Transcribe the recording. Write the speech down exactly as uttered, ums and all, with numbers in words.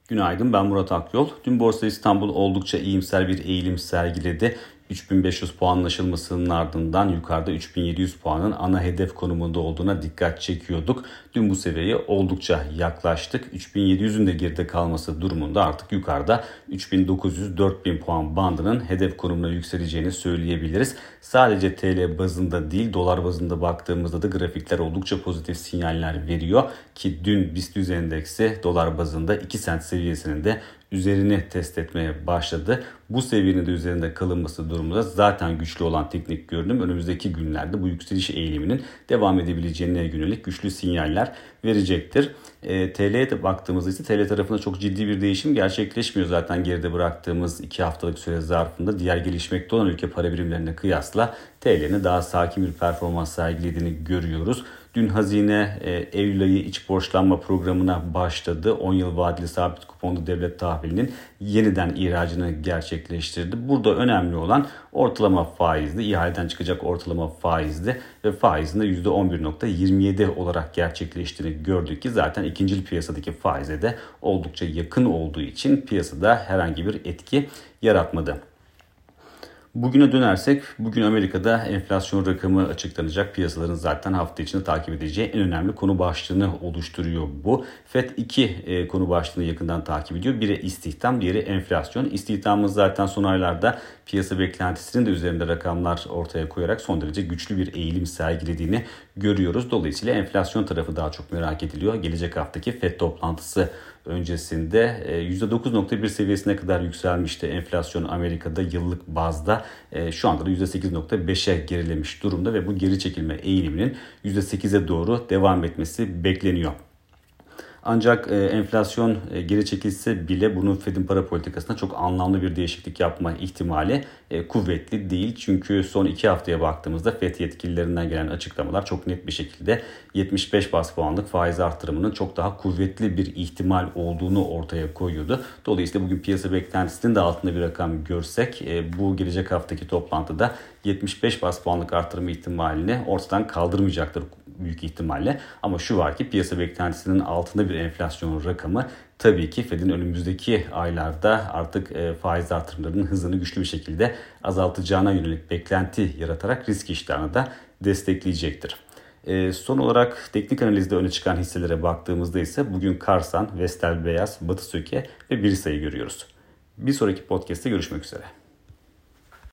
Günaydın, ben Murat Akyol. Dün Borsa İstanbul oldukça iyimser bir eğilim sergiledi. üç bin beş yüz puanın aşılmasının ardından yukarıda üç bin yedi yüz puanın ana hedef konumunda olduğuna dikkat çekiyorduk. Dün bu seviyeye oldukça yaklaştık. üç bin yedi yüzün de geride kalması durumunda artık yukarıda üç bin dokuz yüz dört bin puan bandının hedef konumuna yükseleceğini söyleyebiliriz. Sadece T L bazında değil, dolar bazında baktığımızda da grafikler oldukça pozitif sinyaller veriyor. Ki dün BIST yüz endeksi dolar bazında iki sent seviyesinin de üzerini test etmeye başladı. Bu seviyenin de üzerinde kalınması durumunda zaten güçlü olan teknik görünüm önümüzdeki günlerde bu yükseliş eğiliminin devam edebileceğine yönelik güçlü sinyaller verecektir. E, T L'ye de baktığımızda ise T L tarafında çok ciddi bir değişim gerçekleşmiyor. Zaten geride bıraktığımız iki haftalık süre zarfında diğer gelişmekte olan ülke para birimlerine kıyasla T L'nin daha sakin bir performans sergilediğini görüyoruz. Dün Hazine e, Eylül ayı iç borçlanma programına başladı. on yıl vadeli sabit kuponlu devlet tahvilinin yeniden ihracını gerçekleştirdi. Burada önemli olan ortalama faizdi. İhaleden çıkacak ortalama faizdi ve faizin de yüzde on bir virgül yirmi yedi olarak gerçekleştiğini gördük ki zaten ikinci piyasadaki faize de oldukça yakın olduğu için piyasada herhangi bir etki yaratmadı. Bugüne dönersek, bugün Amerika'da enflasyon rakamı açıklanacak. Piyasaların zaten hafta içinde takip edeceği en önemli konu başlığını oluşturuyor bu. Fed iki e, konu başlığını yakından takip ediyor. Biri istihdam, diğeri enflasyon. İstihdamın zaten son aylarda piyasa beklentisinin de üzerinde rakamlar ortaya koyarak son derece güçlü bir eğilim sergilediğini görüyoruz. Dolayısıyla enflasyon tarafı daha çok merak ediliyor. Gelecek haftaki Fed toplantısı öncesinde yüzde dokuz virgül bir seviyesine kadar yükselmişti enflasyon Amerika'da yıllık bazda. Şu anda da yüzde sekiz virgül beşe gerilemiş durumda ve bu geri çekilme eğiliminin yüzde sekize doğru devam etmesi bekleniyor. Ancak e, enflasyon e, geri çekilse bile bunun Fed'in para politikasında çok anlamlı bir değişiklik yapma ihtimali e, kuvvetli değil. Çünkü son iki haftaya baktığımızda Fed yetkililerinden gelen açıklamalar çok net bir şekilde yetmiş beş bas puanlık faiz artırımının çok daha kuvvetli bir ihtimal olduğunu ortaya koyuyordu. Dolayısıyla bugün piyasa beklentisinin de altında bir rakam görsek e, bu gelecek haftaki toplantıda yetmiş beş bas puanlık artırım ihtimalini ortadan kaldırmayacaktır büyük ihtimalle. Ama şu var ki piyasa beklentisinin altında bir enflasyon rakamı tabii ki Fed'in önümüzdeki aylarda artık faiz artırımlarının hızını güçlü bir şekilde azaltacağına yönelik beklenti yaratarak risk iştahını da destekleyecektir. Son olarak teknik analizde öne çıkan hisselere baktığımızda ise bugün Karsan, Vestel Beyaz, Batı Söke ve Birisa'yı görüyoruz. Bir sonraki podcast'te görüşmek üzere.